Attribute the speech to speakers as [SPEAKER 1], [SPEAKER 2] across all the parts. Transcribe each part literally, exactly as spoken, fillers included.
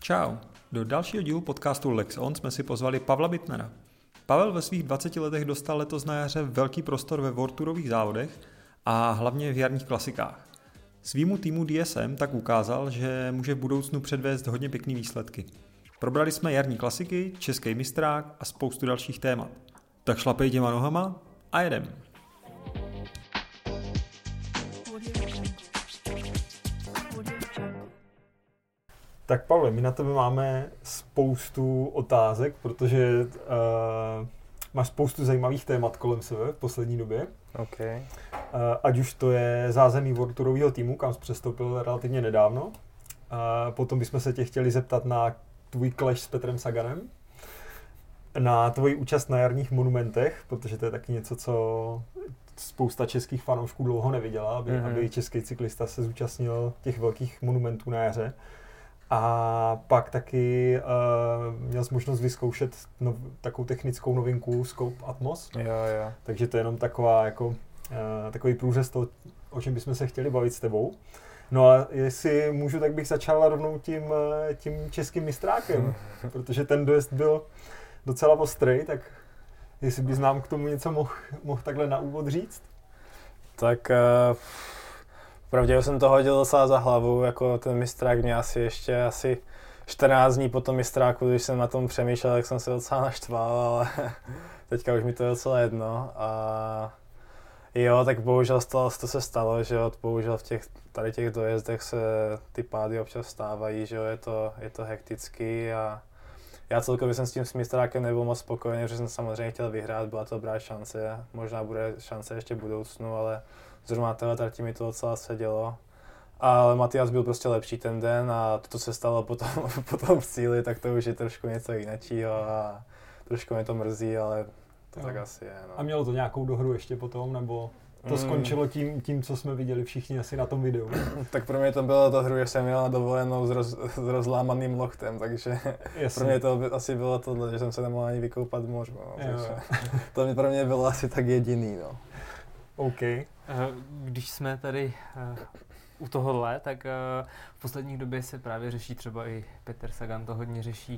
[SPEAKER 1] Čau, do dalšího dílu podcastu Lex On jsme si pozvali Pavla Bittnera. Pavel ve svých dvaceti letech dostal letos na jaře velký prostor ve World Tourových závodech a hlavně v jarních klasikách. Svýmu týmu D S M tak ukázal, že může v budoucnu předvést hodně pěkný výsledky. Probrali jsme jarní klasiky, český mistrák a spoustu dalších témat. Tak šlapej těma nohama a jedem. Tak Pavle, my na tebe máme spoustu otázek, protože uh, máš spoustu zajímavých témat kolem sebe v poslední době.
[SPEAKER 2] Okay.
[SPEAKER 1] Uh, ať už to je zázemí World Tourového týmu, kam jsi přestoupil relativně nedávno. Uh, potom bychom se tě chtěli zeptat na tvůj clash s Petrem Saganem, na tvoji účast na jarních monumentech, protože to je taky něco, co spousta českých fanoušků dlouho neviděla, aby, mm-hmm. aby český cyklista se zúčastnil těch velkých monumentů na jaře. A pak taky uh, měl jsi možnost vyzkoušet nov, takovou technickou novinku Scope Atmos.
[SPEAKER 2] Jo, jo.
[SPEAKER 1] Takže to je jenom taková, jako, uh, takový průřez toho, o čem bychom se chtěli bavit s tebou. No a jestli můžu, tak bych začal rovnou tím, tím českým mistrákem, protože ten dojezd byl docela ostrý, tak jestli bys nám k tomu něco mohl mohl takhle na úvod říct?
[SPEAKER 2] Tak uh, pravděpodobně jsem to hodil docela za hlavu, jako ten mistrák mě asi ještě asi čtrnáct dní po tom mistráku, když jsem na tom přemýšlel, tak jsem se docela naštval, ale teďka už mi to je docela jedno. A jo, tak bohužel stalo, to se stalo, že jo, bohužel v těch, tady těch dojezdech se ty pády občas stávají, že jo, je to, je to hektický a já celkově jsem s tím mistrákem nebyl moc spokojený, protože jsem samozřejmě chtěl vyhrát, byla to dobrá šance, možná bude šance ještě v budoucnu, ale zrovna na téhle trati mi to docela sedělo. Ale Matias byl prostě lepší ten den a to, co se stalo potom, potom v cíli, tak to už je trošku něco jiného a trošku mě to mrzí, ale to jo. Tak asi je. No.
[SPEAKER 1] A mělo to nějakou dohru ještě potom, nebo to skončilo tím, tím, co jsme viděli všichni asi na tom videu?
[SPEAKER 2] Tak pro mě to bylo to hru, že jsem jel na dovolenou s, roz, s rozlámaným lochtem, takže Jasně. Pro mě to by, asi bylo tohle, že jsem se nemohl ani vykoupat v moři. No, to pro mě bylo asi tak jediný. No.
[SPEAKER 1] OK.
[SPEAKER 3] Když jsme tady u tohohle, tak v poslední době se právě řeší, třeba i Petr Sagan to hodně řeší,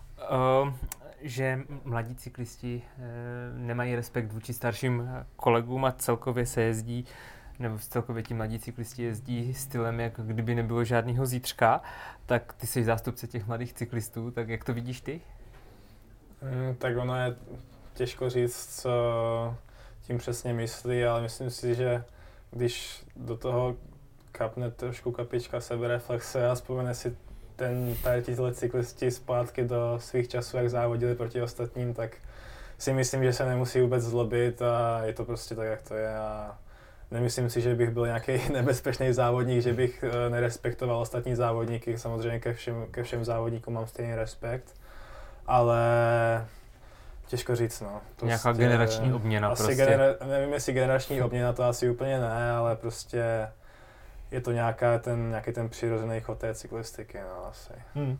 [SPEAKER 3] že mladí cyklisti nemají respekt vůči starším kolegům a celkově se jezdí, nebo celkově ti mladí cyklisti jezdí stylem, jak kdyby nebylo žádného zítřka, tak ty jsi zástupce těch mladých cyklistů, tak jak to vidíš ty?
[SPEAKER 2] Hmm, tak ono je těžko říct, co tím přesně myslí, ale myslím si, že když do toho kapne trošku kapička sebereflexe a vzpomene si ten, tady tihle cyklisti zpátky do svých časů, jak závodili proti ostatním, tak si myslím, že se nemusí vůbec zlobit a je to prostě tak, jak to je a nemyslím si, že bych byl nějaký nebezpečný závodník, že bych nerespektoval ostatní závodníky, samozřejmě ke všem, ke všem závodníkům mám stejný respekt, ale těžko říct, no.
[SPEAKER 3] Prostě nějaká generační obměna
[SPEAKER 2] asi
[SPEAKER 3] prostě.
[SPEAKER 2] Genera- nevím, jestli generační obměna, to asi úplně ne, ale prostě je to nějaká ten, nějaký ten přirozený chod té cyklistiky, no asi.
[SPEAKER 1] Hmm.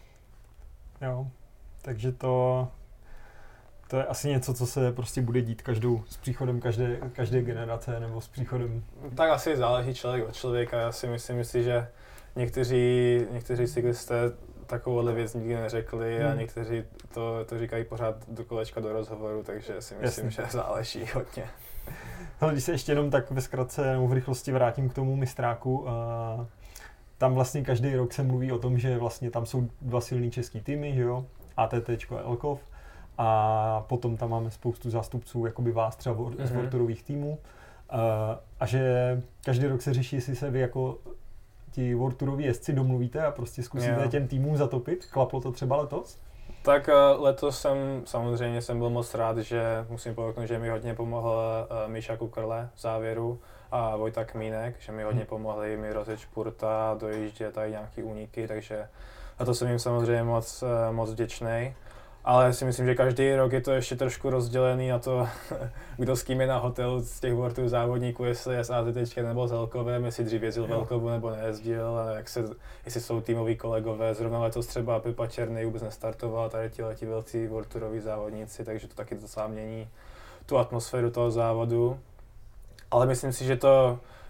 [SPEAKER 1] Jo, takže to, to je asi něco, co se prostě bude dít každou, s příchodem každé, každé generace, nebo s příchodem...
[SPEAKER 2] Tak asi záleží člověk od člověka, já si myslím, si, že někteří, někteří cyklisté takovouhle věc nikdy neřekli hmm. a někteří to, to říkají pořád do kolečka do rozhovoru, takže si myslím, Jasně. že záleží hodně.
[SPEAKER 1] Hele, když se ještě jenom tak ve zkratce nebo v rychlosti vrátím k tomu mistráku, uh, tam vlastně každý rok se mluví o tom, že vlastně tam jsou dva silný český týmy, že jo, A T T a Elkov, a potom tam máme spoustu zástupců, jakoby vás třeba mm-hmm. z World Tourových týmů, uh, a že každý rok se řeší, jestli se vy jako ti World Touroví jezdci domluvíte a prostě zkusíte jo. těm týmům zatopit. Klaplo to třeba letos?
[SPEAKER 2] Tak letos jsem samozřejmě jsem byl moc rád, že musím povědět, že mi hodně pomohl uh, Míša Kukrle v závěru a Vojta Kmínek, že mi hodně pomohli mi rozjet špurta, dojíždět tady nějaký úniky, takže a to jsem jim samozřejmě moc, uh, moc vděčný. Ale si myslím, že každý rok je to ještě trošku rozdělený na to, kdo s kým je na hotelu z těch World Tour závodníků, jestli je s A T T nebo s Elkovem, jestli dřív jezdil v Elkovu nebo nejezdil, a jak se, jestli jsou týmoví kolegové. Zrovna letos třeba Pepa Černý vůbec nestartoval, tady ti leti velcí World Touroví závodníci, takže to taky docela mění tu atmosféru toho závodu. Ale myslím si, že to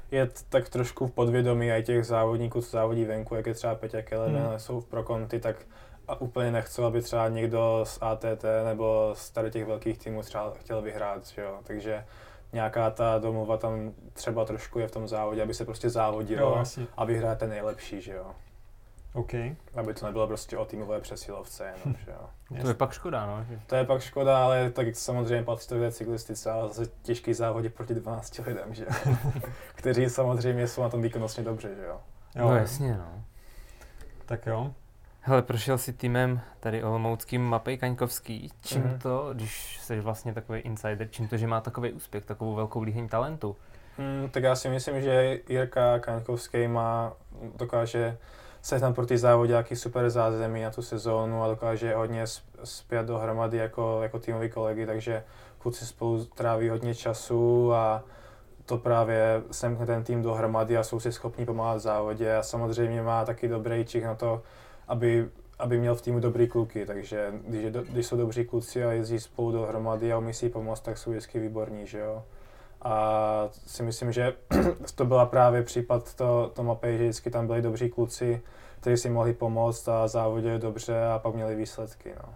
[SPEAKER 2] je t- tak trošku v podvědomí i těch závodníků, co závodí venku, jak je třeba Peťa Kelenen,
[SPEAKER 1] Hmm.
[SPEAKER 2] ale jsou pro konty, tak a úplně nechcou, aby třeba někdo z A T T nebo z tady těch velkých týmů třeba chtěl vyhrát, že jo. Takže nějaká ta domluva tam třeba trošku je v tom závodě, aby se prostě závodilo
[SPEAKER 1] Jo, jasně.
[SPEAKER 2] a vyhrát ten nejlepší, že jo.
[SPEAKER 1] OK.
[SPEAKER 2] Aby to nebylo prostě o týmové přesilovce jenom, že jo.
[SPEAKER 3] To je pak škoda, no. Že...
[SPEAKER 2] To je pak škoda, ale tak samozřejmě patří to k té cyklistice, ale zase těžký závodě proti dvanácti lidem, že jo. Kteří samozřejmě jsou na tom výkonnostně dobře, že jo.
[SPEAKER 1] Jo.
[SPEAKER 3] No jasně, no.
[SPEAKER 1] Tak jo.
[SPEAKER 3] Hele, prošel si týmem tady olomouckým Mapej Kaňkovský. Čím
[SPEAKER 2] Mhm.
[SPEAKER 3] to, když jsi vlastně takový insider, čím to, že má takový úspěch, takovou velkou líheň talentu?
[SPEAKER 2] Hmm, tak já si myslím, že Jirka Kaňkovský má, dokáže sehnat pro ty závodějáky super zázemí na tu sezónu a dokáže hodně spět dohromady jako, jako týmový kolegy, takže kluci spolu tráví hodně času a to právě semkne ten tým dohromady a jsou si schopni pomáhat v závodě a samozřejmě má taky dobrý čich na to, aby, aby měl v týmu dobrý kluky, takže když, je do, když jsou dobří kluci a jezdí spolu dohromady a umí si pomoct, tak jsou vždycky výborní, že jo. A si myslím, že to byla právě případ to, to Mapej, že vždycky tam byli dobří kluci, kteří si mohli pomoct a závodili dobře a pak měli výsledky, no.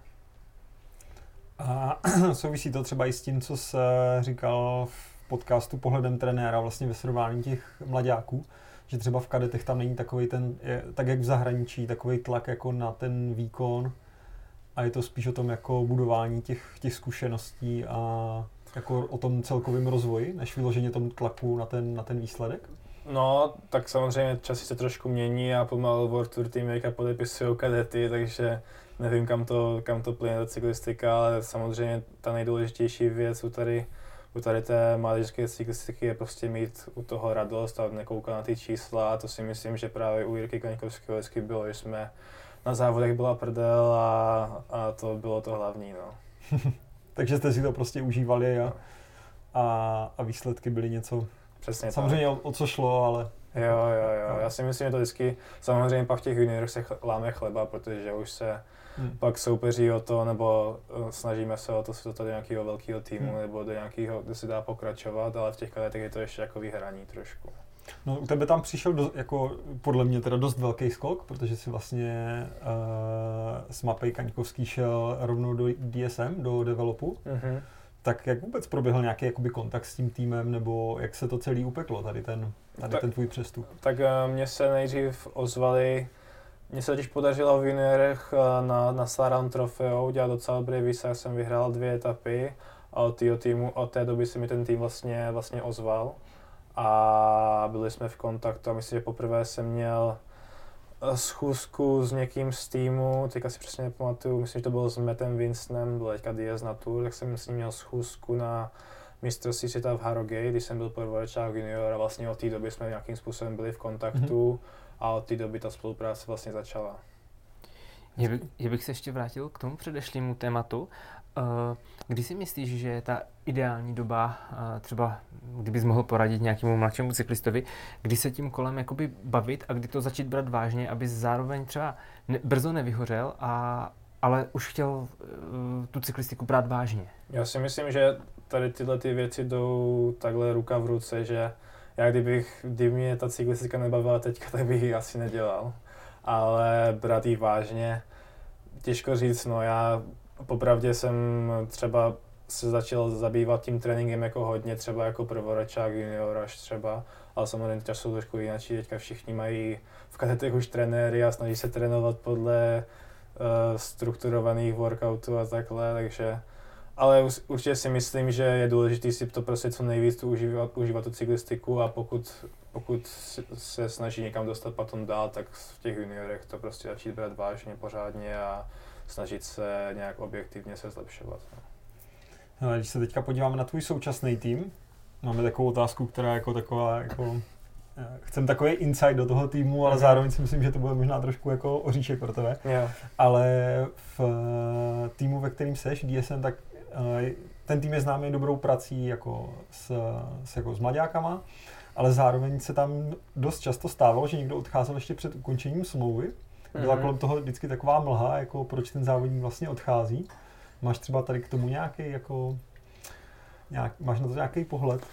[SPEAKER 1] A souvisí to třeba i s tím, co se říkal v podcastu Pohledem trenéra vlastně ve srovnání těch mlaďáků, že třeba v kadetech tam není takový ten, je, tak jak v zahraničí, takový tlak jako na ten výkon a je to spíš o tom jako budování těch, těch zkušeností a jako o tom celkovém rozvoji, než vyloženě tomu tlaku na ten, na ten výsledek?
[SPEAKER 2] No, tak samozřejmě časy se trošku mění a pomalu World Tour Teammaker podepisují kadety, takže nevím, kam to, kam to plyne ta cyklistika, ale samozřejmě ta nejdůležitější věc u tady, u tady té mládežské cyklistiky je prostě mít u toho radost a nekoukat na ty čísla a to si myslím, že právě u Jirky Kaňkovského vždycky bylo, že jsme na závodech byla prdel a, a to bylo to hlavní, no.
[SPEAKER 1] Takže jste si to prostě užívali a, a, a výsledky byly něco,
[SPEAKER 2] Přesně
[SPEAKER 1] samozřejmě o, o co šlo, ale...
[SPEAKER 2] Jo, jo, jo, já si myslím, že to vždycky, samozřejmě pak v těch juniorech se ch- láme chleba, protože už se hmm. pak soupeří o to, nebo uh, snažíme se o to se dostat do nějakého velkého týmu, hmm. nebo do nějakého, kde se dá pokračovat, ale v těch kadetech je to ještě jako vyhraní trošku.
[SPEAKER 1] No u tebe tam přišel do, jako podle mě teda dost velký skok, protože si vlastně uh, s Mapej Kaňkovský šel rovnou do D S M, do developu. Mm-hmm. Tak jak vůbec proběhl nějaký jakoby kontakt s tím týmem, nebo jak se to celý upeklo, tady ten, tady tak, ten tvůj přestup?
[SPEAKER 2] Tak uh, mně se nejdřív ozvali, mně se totiž podařilo v juniorech uh, na, na Saran Trofeo udělat docela dobrý výsah, jsem vyhrál dvě etapy a od, týmu, od té doby se mi ten tým vlastně, vlastně ozval. A byli jsme v kontaktu a myslím, že poprvé jsem měl schůzku s někým z týmu, teďka si přesně nepamatuju, myslím, že to bylo s Mattem Winstonem, byl teďka D S na Tour, tak jsem s ním měl schůzku na mistrovství světa v Harrogate, když jsem byl prvočák junior a vlastně od té doby jsme nějakým způsobem byli v kontaktu mm-hmm. a od té doby ta spolupráce vlastně začala.
[SPEAKER 3] Já, by, já bych se ještě vrátil k tomu předešlému tématu. Kdy si myslíš, že je ta ideální doba, třeba kdybys mohl poradit nějakému mladšímu cyklistovi, kdy se tím kolem jakoby bavit a kdy to začít brát vážně, aby zároveň třeba ne, brzo nevyhořel, a, ale už chtěl uh, tu cyklistiku brát vážně?
[SPEAKER 2] Já si myslím, že tady tyhle ty věci jdou takhle ruka v ruce, že já kdybych, kdyby mě ta cyklistika nebavila teďka, tak bych ji asi nedělal, ale brát ji vážně, těžko říct, no já popravdě jsem třeba se začal zabývat tím tréninkem jako hodně, třeba jako prvoročák, junior až třeba, ale samozřejmě teď jsou trošku jinak, teďka všichni mají v kadetech už trenéry a snaží se trénovat podle uh, strukturovaných workoutů a takhle, takže, ale určitě si myslím, že je důležité si to prostě co nejvíc tu užívat, užívat tu cyklistiku a pokud, pokud se snaží někam dostat potom dál, tak v těch juniorech to prostě začít brát vážně, pořádně a snažit se nějak objektivně se zlepšovat. No.
[SPEAKER 1] Hele, když se teďka podíváme na tvůj současný tým, máme takovou otázku, která jako taková, jako, chcem takový insight do toho týmu, ale zároveň si myslím, že to bude možná trošku jako oříšek pro tebe.
[SPEAKER 2] Yeah.
[SPEAKER 1] Ale v týmu, ve kterým seš, D S M, tak ten tým je známý dobrou prací jako s, s, jako s mlaďákama, ale zároveň se tam dost často stávalo, že někdo odcházel ještě před ukončením smlouvy. Byla kolem toho vždycky taková mlha, jako proč ten závodník vlastně odchází. Máš třeba tady k tomu nějaký, jako, nějak, máš na to nějaký pohled?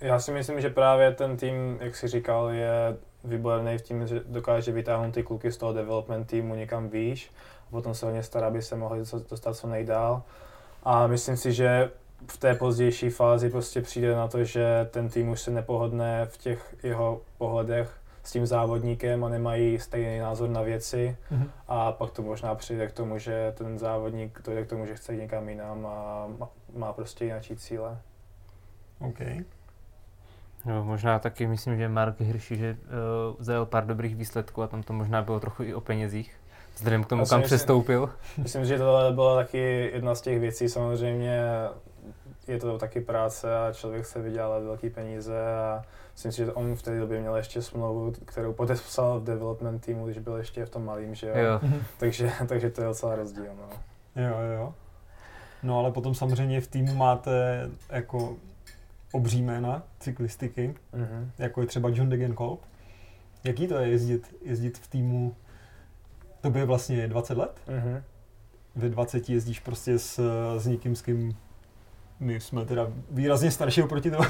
[SPEAKER 2] já si myslím, že právě ten tým, jak jsi říkal, je výborný v tím, že dokáže vytáhnout ty kluky z toho development týmu někam výš a potom se hodně stará, aby se mohli dostat co nejdál. A myslím si, že v té pozdější fázi prostě přijde na to, že ten tým už se nepohodne v těch jeho pohledech s tím závodníkem a nemají stejný názor na věci mm-hmm. a pak to možná přijde k tomu, že ten závodník dojde k tomu, že chce jít někam jinam a má prostě jináčí cíle.
[SPEAKER 1] OK.
[SPEAKER 3] No, možná taky myslím, že Mark Hirschi, že uh, zajel pár dobrých výsledků a tam to možná bylo trochu i o penězích, vzhledem k tomu, kam myslím, přestoupil.
[SPEAKER 2] Myslím, že tohle byla taky jedna z těch věcí, samozřejmě je to taky práce a člověk se vydělal velký peníze a myslím si, že on v té době měl ještě smlouvu, kterou podepsal v development týmu, když byl ještě v tom malým, že jo. jo. takže, takže to je docela rozdíl, no.
[SPEAKER 1] Jo, jo. No ale potom samozřejmě v týmu máte jako obří jména cyklistiky, mm-hmm. jako je třeba John Degenkolb. Jaký to je jezdit, jezdit v týmu, tobě vlastně dvacet let? Mm-hmm. Ve dvaceti jezdíš prostě s, s někým, s kým my jsme teda výrazně starší oproti tomu.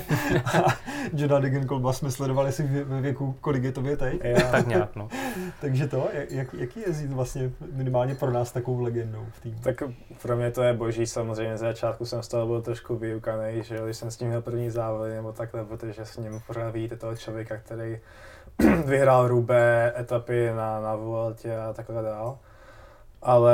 [SPEAKER 1] A Johna Degenkolba jsme sledovali si ve věku, kolik je to teď.
[SPEAKER 3] Tak nějak, no.
[SPEAKER 1] Takže to, jak, jaký je jezdit vlastně minimálně pro nás takovou legendou v týmu?
[SPEAKER 2] Tak pro mě to je boží, samozřejmě z začátku jsem z toho byl trošku vyukanej, že když jsem s ním měl první závody nebo takhle, protože s ním pořád vidíte toho člověka, který vyhrál Roubaix, etapy na, na Vueltě a takhle dál. Ale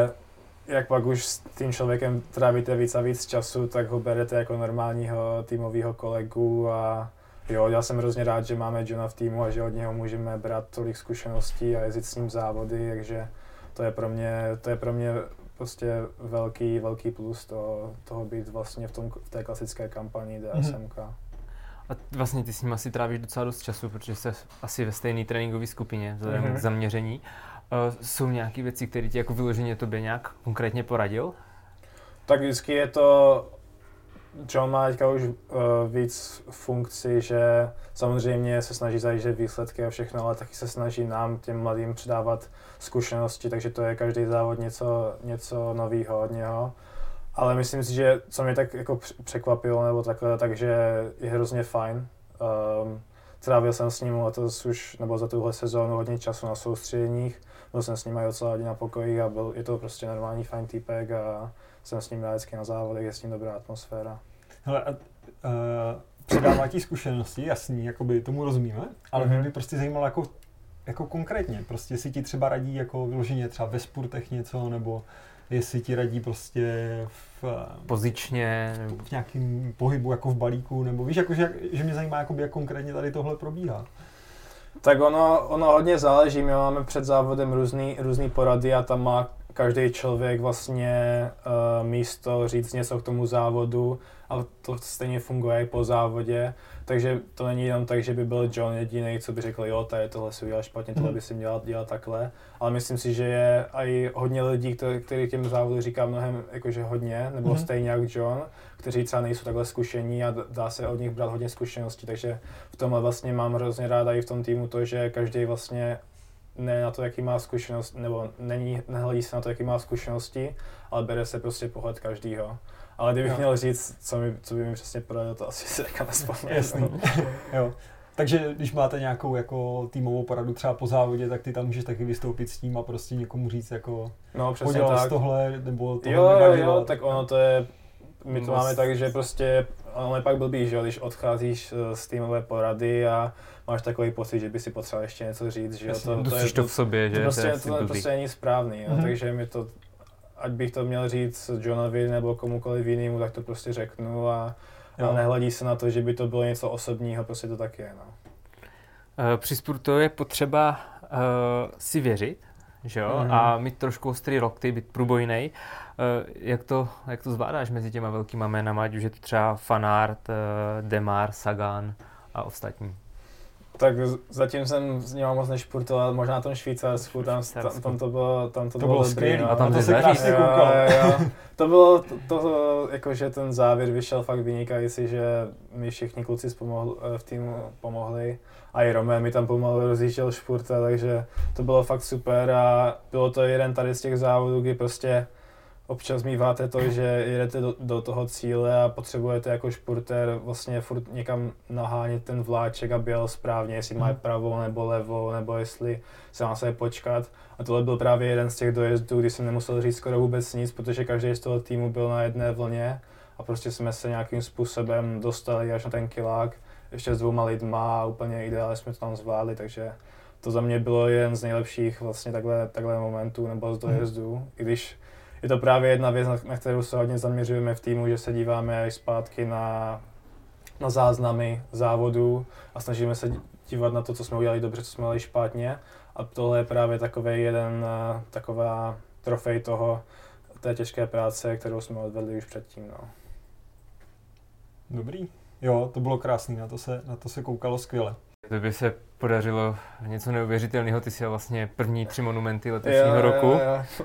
[SPEAKER 2] jak pak už s tím člověkem trávíte víc a víc času, tak ho berete jako normálního týmového kolegu a jo, já jsem hrozně rád, že máme Johna v týmu a že od něho můžeme brát tolik zkušeností a jezdit s ním závody, takže to je pro mě, to je pro mě prostě velký, velký plus toho, toho být vlastně v, tom, v té klasické kampani D S M K. Mm-hmm.
[SPEAKER 3] A vlastně ty s ním asi trávíš docela dost času, protože jste asi ve stejné tréninkové skupině vzhledem mm-hmm. k zaměření. Uh, jsou nějaké věci, které ti jako vyloženě tobě nějak konkrétně poradil?
[SPEAKER 2] Tak vždycky je to, John má teďka už uh, víc funkcí, že samozřejmě se snaží zajíždět výsledky a všechno, ale taky se snaží nám, těm mladým, předávat zkušenosti, takže to je každý závod něco, něco nového od něho. Ale myslím si, že co mě tak jako překvapilo nebo takhle, takže je hrozně fajn. Um, trávil jsem s ním letos už, nebo za tuhle sezónu hodně času na soustředěních. Byl jsem s ním i docela hodně na pokoji a byl, je to prostě normální fajn týpek a jsem s ním rád vždycky na závodech, je s ním dobrá atmosféra.
[SPEAKER 1] Hele, a, uh, předává ti zkušenosti, jasný, jakoby tomu rozumíme, ale mm-hmm. mě by prostě zajímalo jako, jako konkrétně, prostě jestli ti třeba radí jako vyloženě třeba ve sportech něco, nebo jestli ti radí prostě v,
[SPEAKER 3] pozičně,
[SPEAKER 1] v nějakém pohybu, jako v balíku, nebo víš, jako, že, že mě zajímá, jakoby, jak konkrétně tady tohle probíhá.
[SPEAKER 2] Tak ono, ono hodně záleží, my máme před závodem různý, různý porady a tam má každý člověk vlastně uh, místo říct něco k tomu závodu, ale to stejně funguje i po závodě, takže to není jenom tak, že by byl John jediný, co by řekl, jo, tady tohle si udělal špatně, tohle by si měl dělat takhle, ale myslím si, že je i hodně lidí, kteří těm závodu říká mnohem jakože hodně, nebo mm-hmm. stejně jak John, kteří třeba nejsou takhle zkušení a dá se od nich brát hodně zkušeností, takže v tomhle vlastně mám hrozně ráda i v tom týmu to, že každý vlastně ne na to, jaký má zkušenost, nebo není, nehledí se na to, jaký má zkušenosti, ale bere se prostě pohled každýho. Ale kdybych jo. měl říct, co, mi, co by mi přesně poradil, to asi si teďka nespomenu.
[SPEAKER 1] Jo. Takže když máte nějakou jako týmovou poradu třeba po závodě, tak ty tam můžeš taky vystoupit s tím a prostě někomu říct jako
[SPEAKER 2] no,
[SPEAKER 1] podělal
[SPEAKER 2] tak.
[SPEAKER 1] z tohle, nebo tohle
[SPEAKER 2] jo,
[SPEAKER 1] nevadilo.
[SPEAKER 2] Jo, jo, tak ono to je, my to máme tak, že prostě, ono je pak blbý, že když odcházíš z týmové porady a máš takový pocit, že by si potřeboval ještě něco říct, že
[SPEAKER 3] Jasně,
[SPEAKER 2] to, to je
[SPEAKER 3] to v sobě,
[SPEAKER 2] to
[SPEAKER 3] že
[SPEAKER 2] prostě,
[SPEAKER 3] to je
[SPEAKER 2] to, to prostě není správný, mm-hmm. no, takže mi to, ať bych to měl říct Johnovi nebo komukoliv jinému, tak to prostě řeknu a, a nehledí se na to, že by to bylo něco osobního, prostě to tak je, no.
[SPEAKER 3] Při sportu je potřeba uh, si věřit, že jo, mm-hmm. a mít trošku ostrý lokty, být průbojnej. Uh, jak, to, jak to zvládáš mezi těma velkýma jménama, ať už je to třeba Fanart, uh, Demar, Sagan a ostatní?
[SPEAKER 2] Tak zatím jsem s ním moc nešportoval, možná na tom Švýcarsku, tam, tam, tam to bylo, tam to,
[SPEAKER 1] to
[SPEAKER 2] bylo
[SPEAKER 1] skvělý,
[SPEAKER 2] no.
[SPEAKER 3] A tam
[SPEAKER 1] to se krásně koukal.
[SPEAKER 2] To bylo, to, to, jakože ten závěr vyšel fakt vynikající, že mi všichni kluci pomohl, v týmu pomohli. A i Romé mi tam pomalu rozjížděl špurta, takže to bylo fakt super a bylo to jeden tady z těch závodů, kdy prostě občas míváte to, že jedete do, do toho cíle a potřebujete jako športér vlastně furt někam nahánět ten vláček, aby jel správně, jestli má pravou nebo levou, nebo jestli se má se počkat. A tohle byl právě jeden z těch dojezdů, kdy jsem nemusel říct skoro vůbec nic, protože každý z toho týmu byl na jedné vlně a prostě jsme se nějakým způsobem dostali až na ten kilák, ještě s dvouma lidma a úplně ideálně jsme to tam zvládli, takže to za mě bylo jeden z nejlepších vlastně takhle, takhle momentů nebo z dojezdů, mm. i když je to právě jedna věc, na kterou se hodně zaměřujeme v týmu, že se díváme i zpátky na, na záznamy závodů a snažíme se dívat na to, co jsme udělali dobře, co jsme udělali špatně. A tohle je právě takový jeden, taková trofej toho, té těžké práce, kterou jsme odvedli už předtím. No.
[SPEAKER 1] Dobrý. Jo, to bylo krásný, na to se, na to se koukalo skvěle.
[SPEAKER 3] To by se podařilo něco neuvěřitelného, ty jsi vlastně první tři monumenty letošního
[SPEAKER 2] jo,
[SPEAKER 3] roku.
[SPEAKER 2] Jo,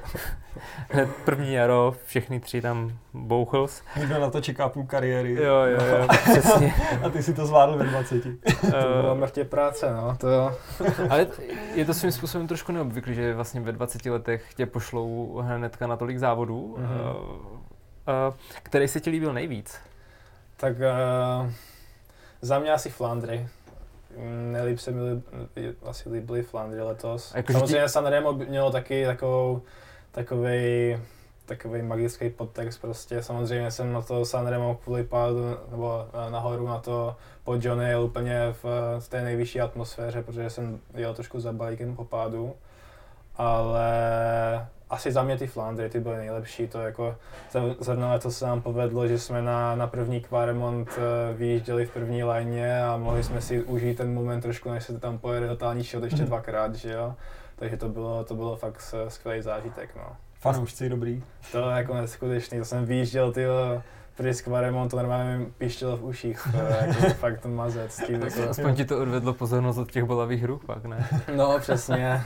[SPEAKER 2] jo.
[SPEAKER 3] První jaro, všechny tři tam bouchl.
[SPEAKER 1] Někdo na to čeká půl kariéry.
[SPEAKER 3] Jo, jo, jo, přesně.
[SPEAKER 1] A ty si to zvládl ve dvaceti.
[SPEAKER 2] To byla mrtě práce, no. To...
[SPEAKER 3] Ale je to svým způsobem trošku neobvyklý, že vlastně ve dvaceti letech tě pošlou hnedka na tolik závodů. Mm-hmm. Uh, uh, který se ti líbil nejvíc?
[SPEAKER 2] Tak uh, za mě asi Flandry. Nejlíp se mi li, asi líbily Flandry letos. Jako samozřejmě ti... Sanremo mělo taky takovou, takovej, takovej magický podtext prostě. Samozřejmě jsem na to Sanremo kvůli pádu, nebo nahoru na to po Johnny jel úplně v, v té nejvyšší atmosféře, protože jsem jel trošku za balíkem po pádu. Ale asi za mě ty Flandry, ty byly nejlepší, to jako zrovna letos se nám povedlo, že jsme na, na první Quaremont vyjížděli v první lajně a mohli jsme si užít ten moment trošku, než se tam pojede totální shot ještě dvakrát, že jo. Takže to bylo, to bylo fakt skvělý zážitek, no.
[SPEAKER 1] Fanoušci dobrý.
[SPEAKER 2] To je jako neskutečný, to jsem vyjížděl, tyjo, přes Quaremont, to normálně mi píštělo v uších, to je jako fakt mazec. Tím, jako...
[SPEAKER 3] Aspoň ti to odvedlo pozornost od těch bolavých ruch, pak ne?
[SPEAKER 2] No, přesně.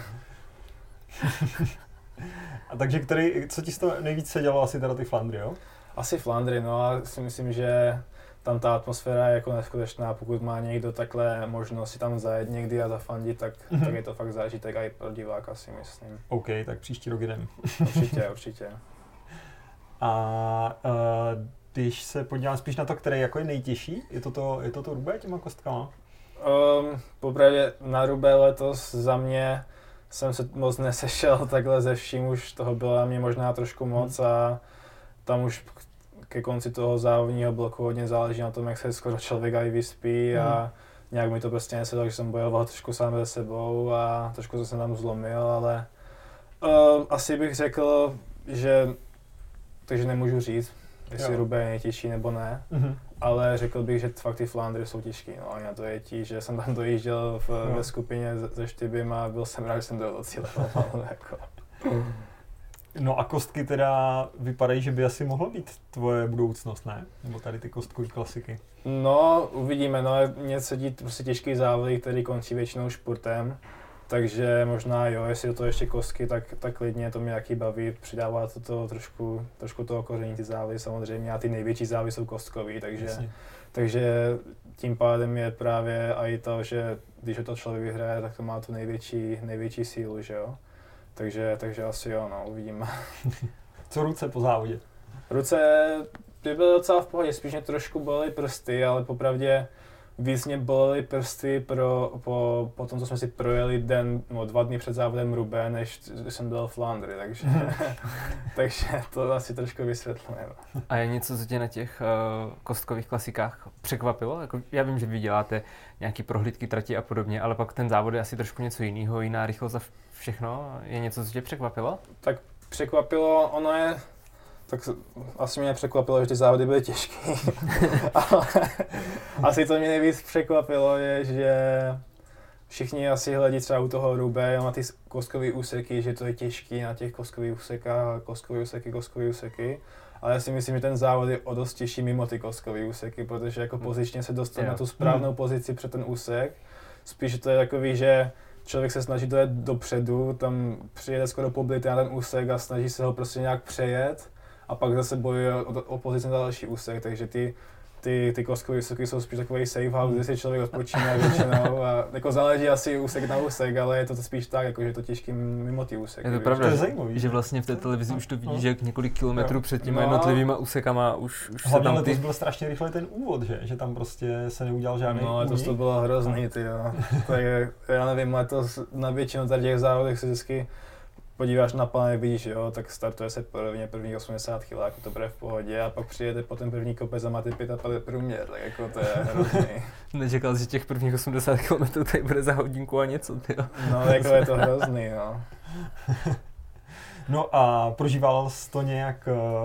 [SPEAKER 1] A takže který, co ti z toho nejvíc se dělo, asi teda ty Flandry, jo?
[SPEAKER 2] Asi Flandry, no a si myslím, že tam ta atmosféra je jako neskutečná, pokud má někdo takhle možnost si tam zajet někdy a zafandit, tak, mm-hmm. tak je to fakt zážitek i pro diváka, si myslím.
[SPEAKER 1] OK, tak příští rok jdem.
[SPEAKER 2] Určitě, určitě.
[SPEAKER 1] A uh, když se podívám spíš na to, který jako je nejtěžší, je to to, je to, to Roubaix těma kostkama?
[SPEAKER 2] Um, popravdě na Roubaix letos za mě jsem se moc nesešel takhle ze vším, už toho bylo na mě možná trošku moc a tam už ke konci toho závodního bloku hodně záleží na tom, jak se skoro člověk aj vyspí a nějak mi to prostě nesedlo, že jsem bojoval trošku sám se sebou a trošku jsem tam zlomil, ale uh, asi bych řekl, že takže nemůžu říct, jestli Roubaix je nejtěžší nebo ne, mm-hmm. ale řekl bych, že fakt ty Flandry jsou těžký, no a na to je tí, že jsem tam dojížděl v, no. ve skupině se Štybym a byl jsem rád, že jsem dojel do cíle. jako.
[SPEAKER 1] No a kostky teda vypadají, že by asi mohla být tvoje budoucnost, ne? Nebo tady ty kostkové klasiky?
[SPEAKER 2] No, uvidíme, no, mě sedí prostě těžký závody, který končí většinou športem. Takže možná jo, jestli do toho ještě kostky, tak, tak klidně to mě taky baví, přidává to, to trošku, trošku toho koření ty závody samozřejmě a ty největší závody jsou kostkový, takže, takže tím pádem je právě i to, že když to člověk vyhraje, tak to má tu největší, největší sílu, že jo. Takže, takže asi jo, no, uvidíme.
[SPEAKER 1] Co ruce po závodě?
[SPEAKER 2] Ruce by byly docela v pohodě, spíš mě trošku bolely prsty, ale popravdě víc mě bolely prsty pro, po, po tom, co jsme si projeli den, no, dva dny před závodem Roubaix, než jsem byl v Flandry, takže, takže to asi trošku vysvětlíme.
[SPEAKER 3] A je něco, co tě na těch uh, kostkových klasikách překvapilo? Jako, já vím, že vy děláte nějaký prohlídky trati a podobně, ale pak ten závod je asi trošku něco jiného, jiná rychlost a všechno. Je něco, co tě překvapilo?
[SPEAKER 2] Tak překvapilo, ono je... Tak asi mě překvapilo, že ty závody byly těžké, ale asi to mě nejvíc překvapilo je, že všichni asi hledí třeba u toho Roubaix na ty kostkové úseky, že to je těžký na těch kostkových úsekách, kostkové úseky, kostkové úseky, ale já si myslím, že ten závod je o dost těžší mimo ty kostkové úseky, protože jako pozičně se dostat na tu správnou pozici před ten úsek, spíš to je takový, že člověk se snaží dojet dopředu, tam přijede skoro poblitý na ten úsek a snaží se ho prostě nějak přejet, a pak zase bojuje o, o pozici na další úsek, takže ty ty, ty kostky vysoké jsou spíš takový safe house, kde si člověk odpočíná většinou a jako záleží asi úsek na úsek, ale je to spíš tak, jako, že je to těžký mimo ty úseky.
[SPEAKER 3] Je to pravda,
[SPEAKER 1] to je zajímavý,
[SPEAKER 3] že vlastně v té televizi už to vidíš, no. že několik kilometrů
[SPEAKER 1] no.
[SPEAKER 3] před těma
[SPEAKER 2] no.
[SPEAKER 3] jednotlivýma úsekama už, už
[SPEAKER 1] hlavně
[SPEAKER 3] se tam
[SPEAKER 1] letos
[SPEAKER 3] ty...
[SPEAKER 1] byl strašně rychle ten úvod, že? Že tam prostě se neudělal žádný
[SPEAKER 2] No letos to bylo hrozný, ty jo. Tak já nevím, letos na většinu tady těch závodech se vždycky podíváš na plán, vidíš, jo, tak startuje se prvně první osmdesát kiláků, to bude v pohodě a pak přijede po ten první kopec a máte pět průměr, tak jako to je hrozný.
[SPEAKER 3] Nečekal jsi, že těch prvních osmdesát kilometrů tady bude za hodinku a něco, ty jo.
[SPEAKER 2] No jako je to hrozný, no.
[SPEAKER 1] No a prožíval jsi to nějak,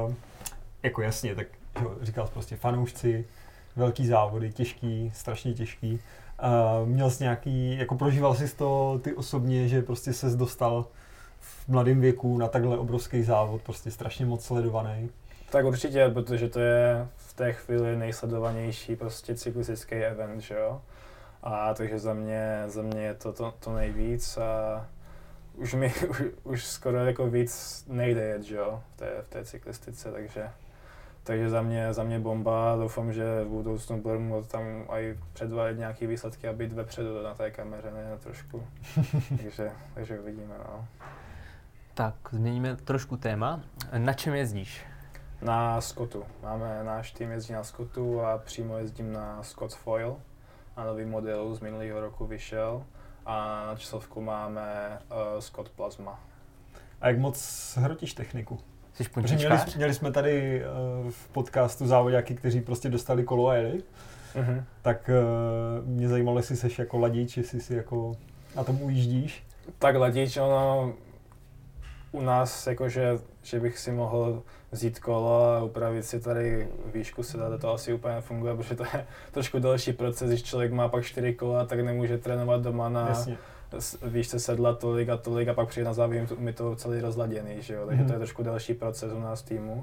[SPEAKER 1] jako jasně, tak jo, říkal jsi prostě fanoušci, velký závody, těžký, strašně těžký. Uh, měl jsi nějaký, jako prožíval jsi to ty osobně, že prostě ses dostal v mladém věku na takhle obrovský závod, prostě strašně moc sledovaný?
[SPEAKER 2] Tak určitě, protože to je v té chvíli nejsledovanější prostě cyklistický event, že jo. A takže za mě, za mě je to, to, to nejvíc a už mi už, už skoro jako víc nejde jet, že jo, v té, v té cyklistice, takže takže za mě, za mě bomba, doufám, že v budoucnu budu moct tam i předvádět nějaké výsledky a být vepředu na té kameře, ne trošku, takže, takže uvidíme, no.
[SPEAKER 3] Tak, změníme trošku téma. Na čem jezdíš?
[SPEAKER 2] Na Scottu. Máme náš tým jezdí na Scottu a přímo jezdím na Scott Foil. Na nový model z minulého roku vyšel a na časovku máme uh, Scott Plasma.
[SPEAKER 1] A jak moc hrotíš techniku?
[SPEAKER 3] Jsi
[SPEAKER 1] Protože měli, měli jsme tady uh, v podcastu závodáky, kteří prostě dostali kolo a jeli. Mm-hmm. Tak uh, mě zajímalo, jestli jsi jako ladič, jestli si jako na tom ujíždíš.
[SPEAKER 2] Tak ladič, ono u nás jakože, že bych si mohl vzít kolo a upravit si tady výšku sedat, to asi úplně nefunguje, protože to je trošku další proces, když člověk má pak čtyři kola, tak nemůže trénovat doma na Jasně. výšce sedla tolik a tolik a pak přijde na závěr mi to celý rozladěný, že jo, takže mm. to je trošku další proces u nás týmu.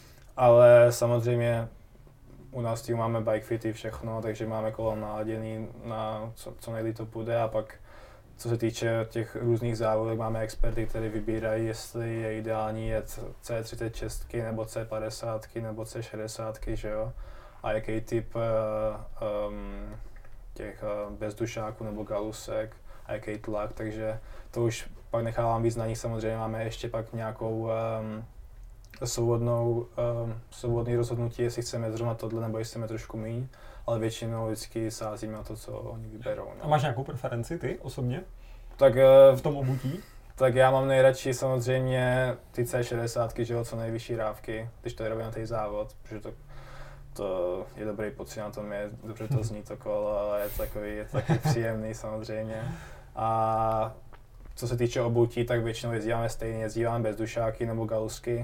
[SPEAKER 2] Ale samozřejmě u nás týmu máme bike fity, všechno, takže máme kolo naladěný na co, co nejlíp to půjde a pak co se týče těch různých závodů, máme experty, kteří vybírají, jestli je ideální jet C třicet šest nebo C padesát nebo C šedesát, že jo? A jaký typ uh, um, těch uh, bezdušáků nebo galusek a jaký tlak, takže to už pak nechávám víc na nich. Samozřejmě máme ještě pak nějakou um, svobodnou, um, svobodný rozhodnutí, jestli chceme zrovna tohle nebo jestli chceme trošku míň. Ale většinou vždycky sázím na to, co oni vyberou. No.
[SPEAKER 1] A máš nějakou preferenci ty osobně?
[SPEAKER 2] Tak
[SPEAKER 1] v tom obutí?
[SPEAKER 2] Tak já mám nejradši samozřejmě ty C šedesát, že jo, co nejvyšší rávky, když to je robím na ten závod, protože to, to je dobrý pocit na tom, je dobře to zní to kolo, ale je to takový, je to takový příjemný samozřejmě. A co se týče obutí, tak většinou jezdíváme stejně, jezdíváme bezdušáky nebo galusky.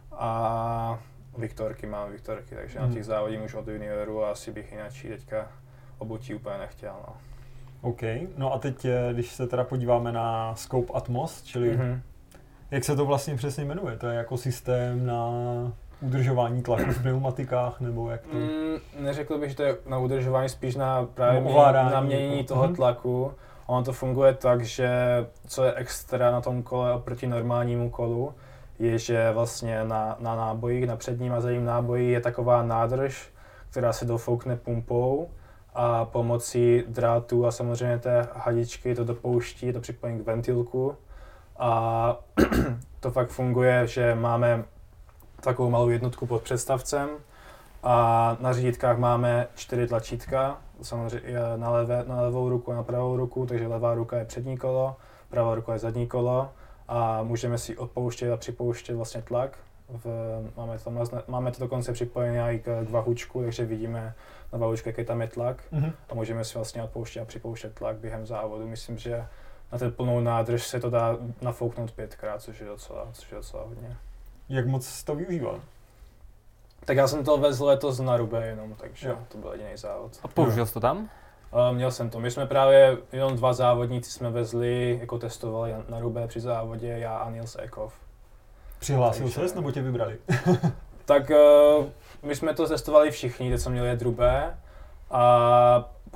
[SPEAKER 2] A Viktorky, mám Viktorky, takže hmm. na těch závodím už od junioru a asi bych jinak teďka obutí úplně nechtěl. No.
[SPEAKER 1] OK, no a teď, když se teda podíváme na Scope Atmos, čili mm-hmm. jak se to vlastně přesně jmenuje? To je jako systém na udržování tlaku v pneumatikách, nebo jak to?
[SPEAKER 2] Mm, neřekl bych, že to je na udržování, spíš na právě no, na měnění toho mm-hmm. tlaku. Ono to funguje tak, že co je extra na tom kole oproti normálnímu kolu, je, že vlastně na, na nábojích, na předním a zadním náboji je taková nádrž, která se dofoukne pumpou a pomocí drátu a samozřejmě té hadičky to dopouští, to připojení k ventilku a to fakt funguje, že máme takovou malou jednotku pod představcem a na řídítkách máme čtyři tlačítka, samozřejmě na, levé, na levou ruku a na pravou ruku, takže levá ruka je přední kolo, pravá ruka je zadní kolo. A můžeme si odpouštět a připouštět vlastně tlak. V, máme, to, máme to dokonce připojené i k, k vahučku, takže vidíme na vahučku, jaký tam je tlak. Mm-hmm. A můžeme si vlastně odpouštět a připouštět tlak během závodu. Myslím, že na ten plnou nádrž se to dá nafouknout pětkrát, což je docela, což je docela hodně.
[SPEAKER 1] Jak moc to využíval?
[SPEAKER 2] Tak já jsem to vezl letos na Rube jenom, takže jo. To byl jediný závod.
[SPEAKER 3] A použil jsi to tam?
[SPEAKER 2] Uh, měl jsem to. My jsme právě jenom dva závodníci jsme vezli, jako testovali na Rube při závodě, já a Nils Ekov.
[SPEAKER 1] Přihlásil ses nebo tě vybrali?
[SPEAKER 2] Tak uh, my jsme to testovali všichni, teď jsme měli jet Rube a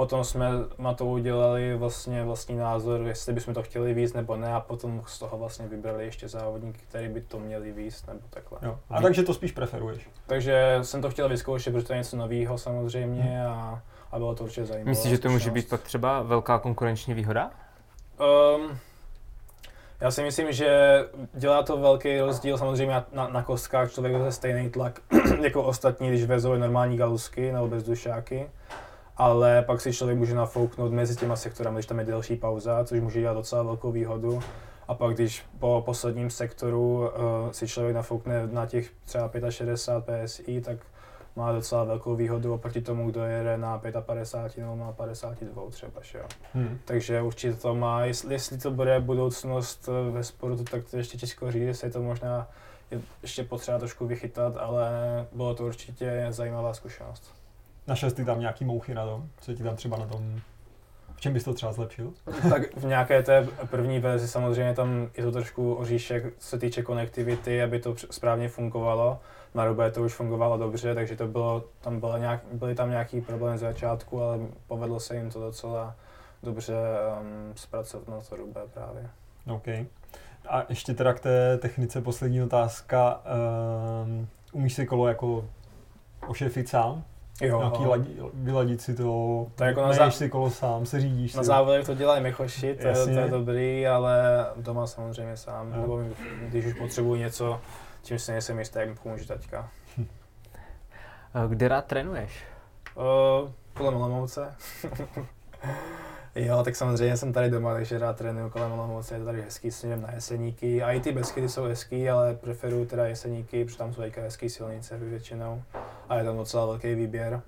[SPEAKER 2] potom jsme na to udělali vlastně vlastní názor, jestli bychom to chtěli víc nebo ne, a potom z toho vlastně vybrali ještě závodníky, který by to měli víc nebo takhle.
[SPEAKER 1] Jo. A takže to spíš preferuješ?
[SPEAKER 2] Takže jsem to chtěl vyzkoušet, protože to je něco nového samozřejmě hmm. a, a bylo to určitě zajímavé.
[SPEAKER 3] Myslíš, že to může být pak třeba velká konkurenční výhoda?
[SPEAKER 2] Um, já si myslím, že dělá to velký rozdíl samozřejmě na, na kostkách, člověk veze stejný tlak jako ostatní, když vezou normální galusky nebo bezdušáky, ale pak si člověk může nafouknout mezi těma sektorami, když tam je delší pauza, což může dělat docela velkou výhodu. A pak když po posledním sektoru uh, si člověk nafoukne na těch třeba šedesát pět P S I, tak má docela velkou výhodu oproti tomu, kdo jede na padesát pět nebo na padesát dva třeba. Jo. Hmm. Takže určitě to má, jestli, jestli to bude budoucnost ve sportu, tak to ještě těžko říct, jestli to možná je ještě potřeba trošku vychytat, ale bylo to určitě zajímavá zkušenost.
[SPEAKER 1] Našel jsi tam nějaký mouchy na tom? Co ti tam třeba na tom, v čem bys to třeba zlepšil?
[SPEAKER 2] Tak v nějaké té první verzi samozřejmě tam je to trošku oříšek, co se týče konektivity, aby to správně fungovalo. Na Rubé to už fungovalo dobře, takže to bylo, tam bylo nějak, byly tam nějaký problémy z začátku, ale povedlo se jim to docela dobře um, zpracovat na to Rubé právě.
[SPEAKER 1] OK. A ještě teda k té technice poslední otázka. Um, umíš si kolo jako ošefit sám?
[SPEAKER 2] Jo.
[SPEAKER 1] Nějaký ladi, vyladit si to,
[SPEAKER 2] to jako
[SPEAKER 1] neješ zá... si kolo sám, se řídíš
[SPEAKER 2] na
[SPEAKER 1] si.
[SPEAKER 2] Na závodech to dělají Michoši, to, to je dobrý, ale doma samozřejmě sám, no. Nebo když už potřebuji něco, čím se nejsem jistý, jak mi pomůže taťka.
[SPEAKER 3] Kde rád trénuješ?
[SPEAKER 2] Uh, kolem Olomouce. Jo, tak samozřejmě jsem tady doma, takže rád trénuju kolem Olomouce, je to tady hezký směrem na Jeseníky. A i ty Beskydy jsou hezký, ale preferuju teda Jeseníky, protože tam jsou teďka hezký silnice většinou. A je tam docela velký výběr.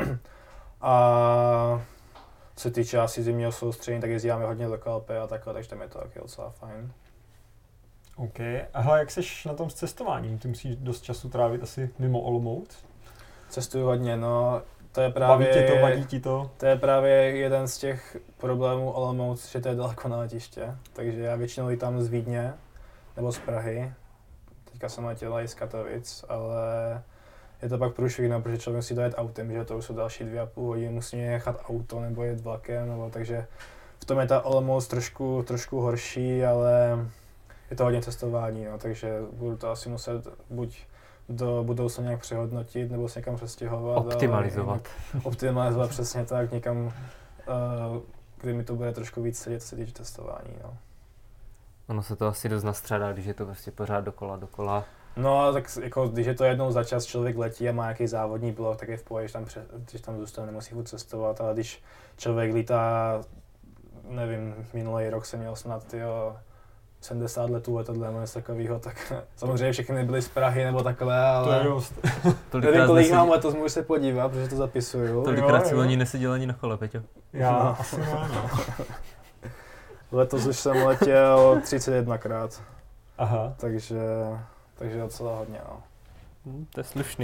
[SPEAKER 2] A co se týče asi zimního soustředění, tak jezdíme hodně do Kalpe a takhle, takže tam je to taky docela fajn.
[SPEAKER 1] OK. A hele, jak seš na tom s cestováním? Ty musíš dost času trávit asi mimo Olomouc?
[SPEAKER 2] Cestuju hodně, no. To je právě,
[SPEAKER 1] Baví tě to, vadí ti to?
[SPEAKER 2] To je právě jeden z těch problémů Olomouc, že to je daleko na letiště. Takže já většinou lítám z Vídně nebo z Prahy. Teďka jsem letěla i z Katovic, ale je to pak průšvihno, protože člověk musí dojet autem, že to už jsou další dvě a půl hodiny, musí nechat auto nebo jet vlakem, nebo takže v tom je ta Olomouc trošku, trošku horší, ale je to hodně cestování, no, takže budu to asi muset buď do budoucna nějak přehodnotit nebo se někam přestěhovat.
[SPEAKER 3] Optimalizovat.
[SPEAKER 2] Optimalizovat přesně tak, někam, uh, kdy mi to bude trošku víc sedět, se týče testování. No.
[SPEAKER 3] Ono se to asi dost nastřádá, když je to prostě pořád dokola, dokola.
[SPEAKER 2] No, tak jako, když je to jednou za čas, člověk letí a má nějaký závodní blok, tak je v pohodě, když tam, pře- když tam zůstane, nemusí furt cestovat, ale když člověk lítá, nevím, minulý rok jsem měl snad, tyjo, sedmdesát letů letadlem nebo něco takového, tak samozřejmě všechny nebyly z Prahy nebo takhle, ale...
[SPEAKER 1] To je dost.
[SPEAKER 2] Nevím, kolik nesedí... mám letos, můžu se podívat, protože to zapisuju.
[SPEAKER 3] Tolikrát si loni neseděl ani na kole, Peťo.
[SPEAKER 1] Já no. asi ne, no.
[SPEAKER 2] Letos už jsem letěl třicet jedna krát.
[SPEAKER 1] Aha.
[SPEAKER 2] Takže, takže docela hodně, no.
[SPEAKER 3] Hmm, to je slušný.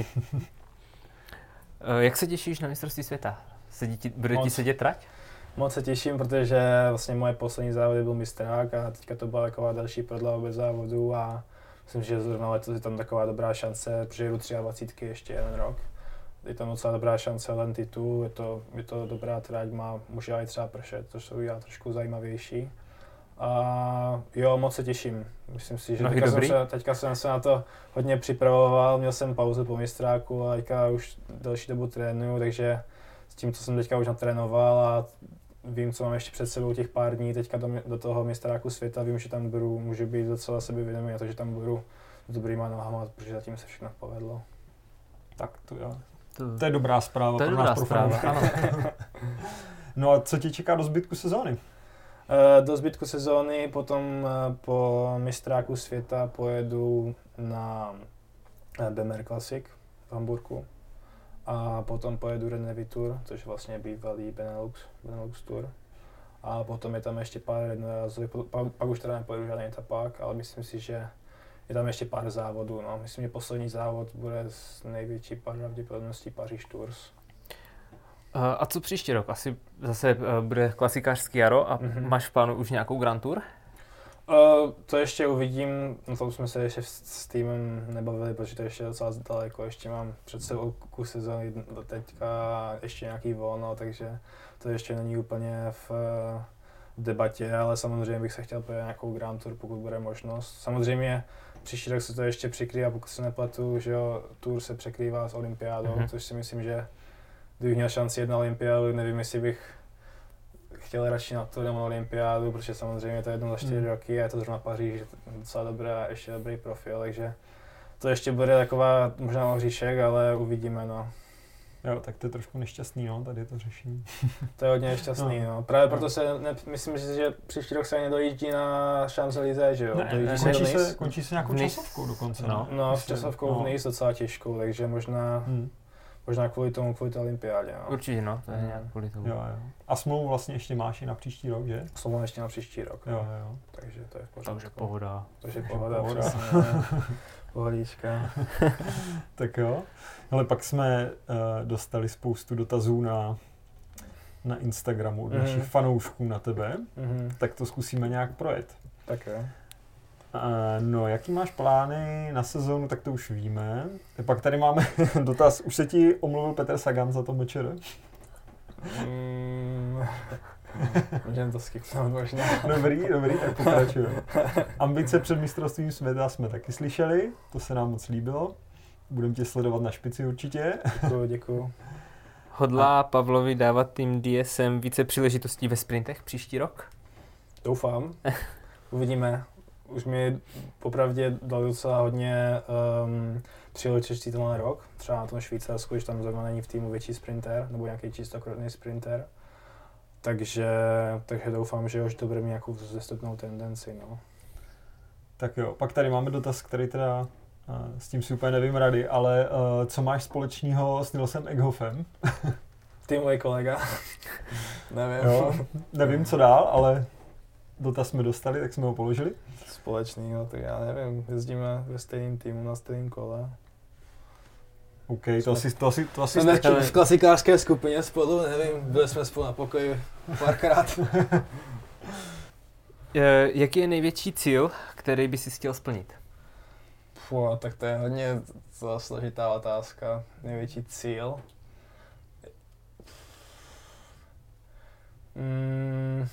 [SPEAKER 3] Jak se těšíš na mistrovství světa? Sedí ti, bude ti sedět trať?
[SPEAKER 2] Moc se těším, protože vlastně moje poslední závody byl mistrák a teďka to byla taková další prodleva bez závodů a myslím, že zrovna letos je tam taková dobrá šance, protože jedu dvacet tři ještě jeden rok. Je tam docela dobrá šance len titul, je to, je to dobrá trať, má, může i třeba pršet, což jsou já trošku zajímavější. A jo, moc se těším. Myslím si, že teďka jsem, se, teďka jsem se na to hodně připravoval, měl jsem pauzu po mistráku a teďka už delší dobu trénuju, takže s tím, co jsem teďka už natrénoval a vím, co mám ještě před sebou těch pár dní, teďka do, do toho mistráku světa, vím, že tam budu, můžu být docela sebevědomý a to, že tam budu s dobrýma nohama, protože zatím se všechno povedlo.
[SPEAKER 1] Tak to jo. To, to je dobrá zpráva
[SPEAKER 3] to je
[SPEAKER 1] pro
[SPEAKER 3] dobrá
[SPEAKER 1] nás
[SPEAKER 3] zpráva, ano.
[SPEAKER 1] No a co ti čeká do zbytku sezóny?
[SPEAKER 2] Do zbytku sezóny potom po mistráku světa pojedu na B M R Classic v Hamburku a potom pojedu Renevy Tour, což vlastně je bývalý Benelux, Benelux Tour. A potom je tam ještě pár jednorázových, pak, pak už teda nepojedu žádný etapák, ale myslím si, že je tam ještě pár závodů. No. Myslím, že poslední závod bude s největší pravděpodobností Paříž Tours.
[SPEAKER 3] A co příští rok? Asi zase bude klasikářský jaro a mm-hmm. máš v plánu už nějakou Grand Tour?
[SPEAKER 2] Uh, to ještě uvidím, no to jsme se ještě s týmem nebavili, protože to ještě docela daleko, ještě mám před sebou kus sezóny do teďka ještě nějaký volno, takže to ještě není úplně v, v debatě, ale samozřejmě bych se chtěl pojet nějakou Grand Tour, pokud bude možnost. Samozřejmě příští rok se to ještě přikrývá, pokud se nepletu, že jo, Tour se překrývá s olympiádou, mm-hmm. což si myslím, že kdybych měl šanci jet na olympiádu, nevím, jestli bych chtěl radši na to nebo na olympiádu, protože samozřejmě to je jedno za čtyři mm. roky a je to zrovna Paříž, je docela dobré, ještě dobrý profil, takže to ještě bude taková možná ohříšek, ale uvidíme, no.
[SPEAKER 1] Jo, tak to je trošku nešťastný, no, tady to řešení.
[SPEAKER 2] To je hodně nešťastný, no. no. Právě proto se, ne, myslím si, že příští rok se nedojíždí na Champs-Élysées, že jo?
[SPEAKER 1] Ne, ne, končí, se, končí se nějakou časovkou dokonce,
[SPEAKER 2] no. No, s časovkou no. v Nice docela těžkou, takže možná... Hmm. Možná kvůli tomu, kvůli té olympiádě, no.
[SPEAKER 3] Určitě, no, to je nějak kvůli tomu.
[SPEAKER 1] Jo, jo. A smlouvu vlastně ještě máš i na příští rok, že?
[SPEAKER 2] Smlouvu ještě na příští rok,
[SPEAKER 1] jo, jo.
[SPEAKER 2] Takže to je v pořádku.
[SPEAKER 3] Takže pohoda.
[SPEAKER 2] Takže pohoda, pohoda. Přesně, pohodička.
[SPEAKER 1] Tak jo. Ale pak jsme uh, dostali spoustu dotazů na, na Instagramu od mm. našich fanoušků na tebe, mm. tak to zkusíme nějak projet.
[SPEAKER 2] Tak jo.
[SPEAKER 1] Uh, no, jaký máš plány na sezónu, tak to už víme. A pak tady máme dotaz, už se ti omluvil Petr Sagan za to mečer?
[SPEAKER 2] Mm, můžeme to skipnout možná.
[SPEAKER 1] Dobrý, dobrý, tak pokračujeme. Ambice před mistrovstvím světa jsme taky slyšeli, to se nám moc líbilo. Budeme tě sledovat na špici určitě.
[SPEAKER 2] Děkuju, děkuju.
[SPEAKER 3] Hodlá Pavlovi dávat tým D S M více příležitostí ve sprintech příští rok?
[SPEAKER 2] Doufám. Uvidíme. Už mi popravdě dal docela hodně um, příležitostí tenhle rok. Třeba na tom Švýcarsku, když tam zrovna není v týmu větší sprinter, nebo nějaký čistokrvný sprinter. Takže, takže doufám, že už to bude mít nějakou zestupnou tendenci. No.
[SPEAKER 1] Tak jo, pak tady máme dotaz, který teda uh, s tím si úplně nevím rady, ale uh, co máš společného s Nilsem Egghoffem?
[SPEAKER 2] Týmový kolega. Nevím.
[SPEAKER 1] Jo, nevím, co dál, ale dotaz jsme dostali, tak jsme ho položili.
[SPEAKER 2] Společný, no tak já nevím, jezdíme ve stejném týmu na stejném kole.
[SPEAKER 1] OK, to asi, to asi, to asi
[SPEAKER 2] jsme v klasikářské skupině spolu, nevím, byli jsme spolu na pokoji párkrát.
[SPEAKER 3] Jaký je největší cíl, který by si chtěl splnit?
[SPEAKER 2] Fuh, tak to je hodně to složitá otázka. Největší cíl? Hmm.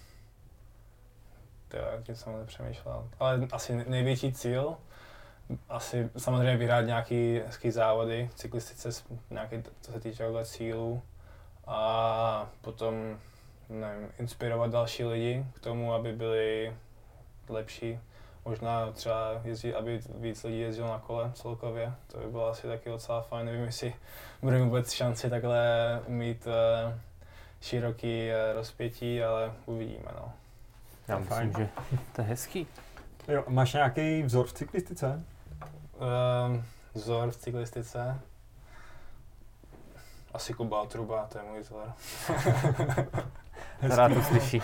[SPEAKER 2] To já tím jsem nepřemýšlel. Ale asi největší cíl, asi samozřejmě vyhrát nějaký hezký závody v cyklistice, nějaký, co se týče cílů. A potom, nevím, inspirovat další lidi k tomu, aby byli lepší. Možná třeba jezdit, aby víc lidí jezdilo na kole celkově. To by bylo asi taky docela fajn. Nevím, jestli budeme vůbec šanci takhle mít uh, široký uh, rozpětí, ale uvidíme, no.
[SPEAKER 3] Já myslím, fajn. Že to je hezký.
[SPEAKER 1] Jo, máš nějaký vzor v cyklistice?
[SPEAKER 2] Um, vzor v cyklistice? Asi Kuba Otruba, to je můj vzor.
[SPEAKER 3] Rád to slyší.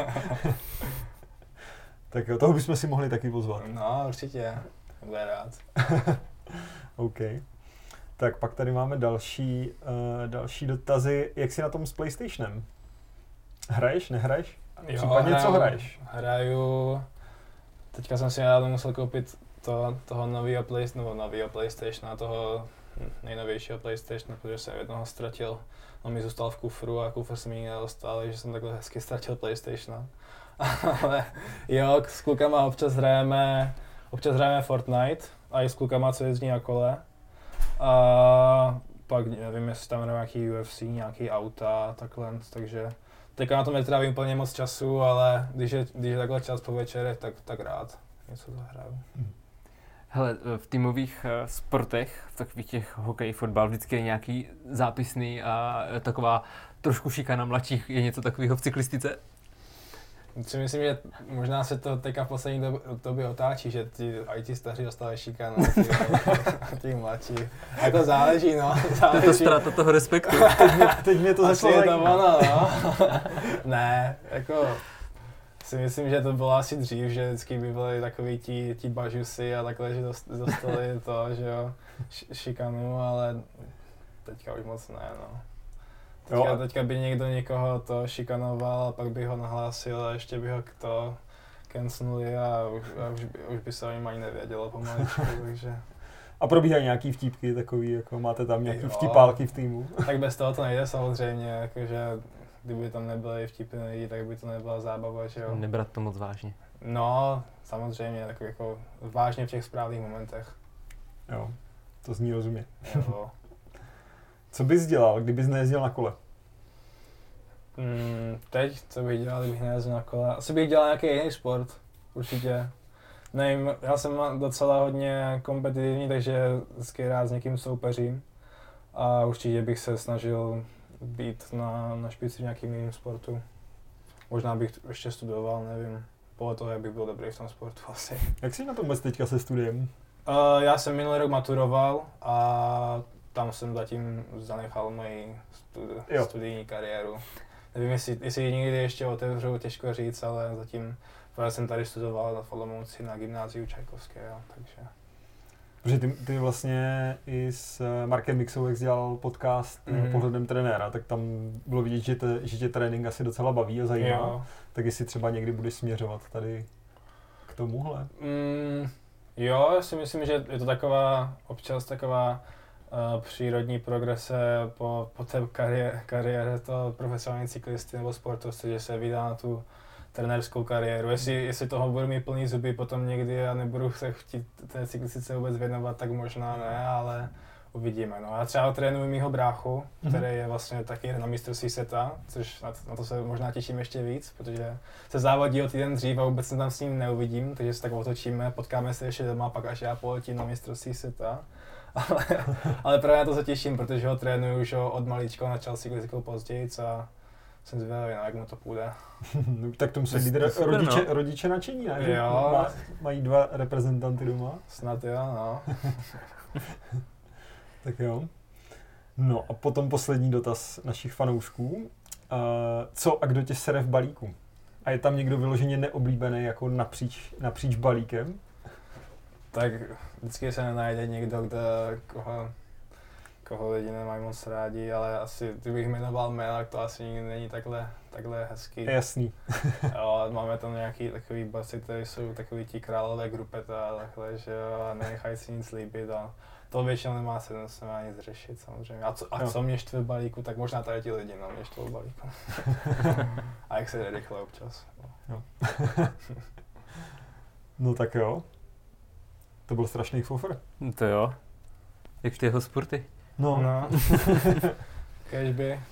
[SPEAKER 1] Tak jo, toho bychom si mohli taky pozvat.
[SPEAKER 2] No, určitě. Bude rád.
[SPEAKER 1] OK. Tak pak tady máme další, uh, další dotazy. Jak jsi na tom s PlayStationem? Hraješ, nehraješ?
[SPEAKER 2] Jo,
[SPEAKER 1] případně
[SPEAKER 2] hraju,
[SPEAKER 1] co hraješ?
[SPEAKER 2] Hraju. Teďka jsem si nedávno musel koupit to, toho nového play, nebo nového PlayStationa, toho nejnovějšího PlayStationa, protože jsem jednoho ztratil. On mi zůstal v kufru a kufr jsem mi nedostal, takže jsem takhle hezky ztratil PlayStationa. Ale jo, s klukama občas hrajeme, občas hrajeme Fortnite a i s klukama, co jezdí na kole. A pak nevím, jestli tam hrajeme nějaký U F C, nějaký auta, takhle, takže teďka na tom netrávím úplně moc času, ale když je, když je takhle čas po večerech, tak, tak rád něco zahraju.
[SPEAKER 3] Hele, v týmových sportech, v takových těch hokej, fotbal, vždycky je nějaký zápisný a taková trošku šikana mladších, je něco takového v cyklistice?
[SPEAKER 2] Si myslím, že možná se to teďka v poslední době, době otáčí, že ti, i ti staří dostávají šikanu a ti mladší. Jako záleží, no. Záleží.
[SPEAKER 3] To je to ztráta toho respektu.
[SPEAKER 1] Teď mě, teď mě to začalo
[SPEAKER 2] je to ono, no. Ne, jako si myslím, že to bylo asi dřív, že vždycky by byly takový ti, ti bažusy a takhle, že dostali to, že jo, šikanu, ale teďka už moc ne, no. Teďka, teďka by někdo někoho to šikanoval a pak by ho nahlásil a ještě by ho to cancelili a už, a už, by, už by se o něm ani nevědělo pomaličku, takže...
[SPEAKER 1] A probíhají nějaký vtípky takový, jako máte tam nějaký
[SPEAKER 2] Jo.
[SPEAKER 1] vtipálky v týmu?
[SPEAKER 2] Tak bez toho to nejde samozřejmě, jakože kdyby tam nebyly vtipné lidi, tak by to nebyla zábava, že jo.
[SPEAKER 3] Nebrat to moc vážně.
[SPEAKER 2] No, samozřejmě, tak jako vážně v těch správných momentech.
[SPEAKER 1] Jo, to zní rozumně.
[SPEAKER 2] Jo.
[SPEAKER 1] Co bys dělal, kdybys nejezdil na kole?
[SPEAKER 2] Mm, teď, co bych dělal, kdybych nejezdil na kole? Asi bych dělal nějaký jiný sport, určitě. Nevím, já jsem docela hodně kompetitivní, takže vždycky rád s někým soupeřím. A určitě bych se snažil být na, na špici v nějakým jiným sportu. Možná bych ještě studoval, nevím. Podle toho, jak bych byl dobrý v tom sportu asi.
[SPEAKER 1] Jak jsi na tom vůbec teďka se studiem?
[SPEAKER 2] Uh, já jsem minulý rok maturoval a tam jsem zatím zanechal moji studi-
[SPEAKER 1] Jo.
[SPEAKER 2] studijní kariéru. Nevím, jestli, jestli ji někdy ještě otevřu, těžko říct, ale zatím já jsem tady studoval v Olomouci na gymnáziu Čajkovského, takže...
[SPEAKER 1] Protože ty, ty vlastně i s Markem Mixou, jak jsi dělal podcast
[SPEAKER 2] Mhm.
[SPEAKER 1] Pohledem trenéra, tak tam bylo vidět, že, te, že tě trénink asi docela baví a zajímá.
[SPEAKER 2] Jo.
[SPEAKER 1] Tak jestli třeba někdy budeš směřovat tady k tomuhle.
[SPEAKER 2] Mm, jo, já si myslím, že je to taková, občas taková uh, přírodní progrese po, po té kariéře, kariéře toho profesionální cyklisty nebo sportovce, že se vydá na tu trenérskou kariéru. Jestli, jestli toho budu mít plný zuby potom někdy a nebudu se chtít té cyklistice vůbec věnovat, tak možná ne, ale uvidíme. No. Já třeba trénuji mýho bráchu, který je vlastně taky na mistrovství světa, což na to, na to se možná těším ještě víc, protože se závodí o týden dřív a vůbec se tam s ním neuvidím, takže se tak otočíme, potkáme se ještě doma, pak až já poletím na mistrovství světa. Ale, ale právě na to se těším, protože ho trénuju už od malička, načal cyklistikou později a jsem zvědavý, no, jak mu to půjde.
[SPEAKER 1] Tak to musí
[SPEAKER 3] To
[SPEAKER 1] být
[SPEAKER 3] je
[SPEAKER 1] ro-
[SPEAKER 3] super,
[SPEAKER 1] rodiče,
[SPEAKER 3] no.
[SPEAKER 1] rodiče nadšení, ne? Že
[SPEAKER 2] Jo.
[SPEAKER 1] Má, mají dva reprezentanty doma.
[SPEAKER 2] Snad jo, no.
[SPEAKER 1] Tak jo. No a potom poslední dotaz našich fanoušků. Uh, co a kdo tě sere v balíku? A je tam někdo vyloženě neoblíbený jako napříč, napříč balíkem?
[SPEAKER 2] Tak vždycky se nenajde někdo, kdo, koho, koho lidi nemají moc rádi, ale asi, kdybych jmenoval jména, to asi nikdy není takhle, takhle hezký.
[SPEAKER 1] Je jasný.
[SPEAKER 2] Jo, máme tam nějaký takový basy, které jsou takový ti králové grupeta a takhle, že jo, a nenechají si nic líbit a to většinou nemá se, se má nic řešit samozřejmě. A co, a co mě štve v balíku, tak možná tady ti lidi, no, mě štvou v balíku. A jak se jde rychle občas.
[SPEAKER 1] Jo. No tak jo. To byl strašný fofr.
[SPEAKER 3] To jo. Jak ty jeho sporty?
[SPEAKER 1] No.
[SPEAKER 2] No. Kežby.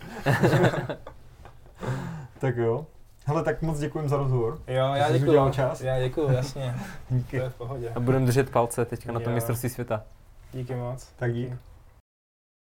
[SPEAKER 1] Tak jo. Hele, tak moc děkujem za rozhovor.
[SPEAKER 2] Jo, já
[SPEAKER 1] Jsi
[SPEAKER 2] děkuju.
[SPEAKER 1] udělal čas?
[SPEAKER 2] Já děkuju, jasně. To
[SPEAKER 1] Díky.
[SPEAKER 2] je v pohodě.
[SPEAKER 3] A budeme držet palce teďka na tom
[SPEAKER 2] Jo.
[SPEAKER 3] mistrovství světa.
[SPEAKER 2] Díky moc.
[SPEAKER 1] Tak dík.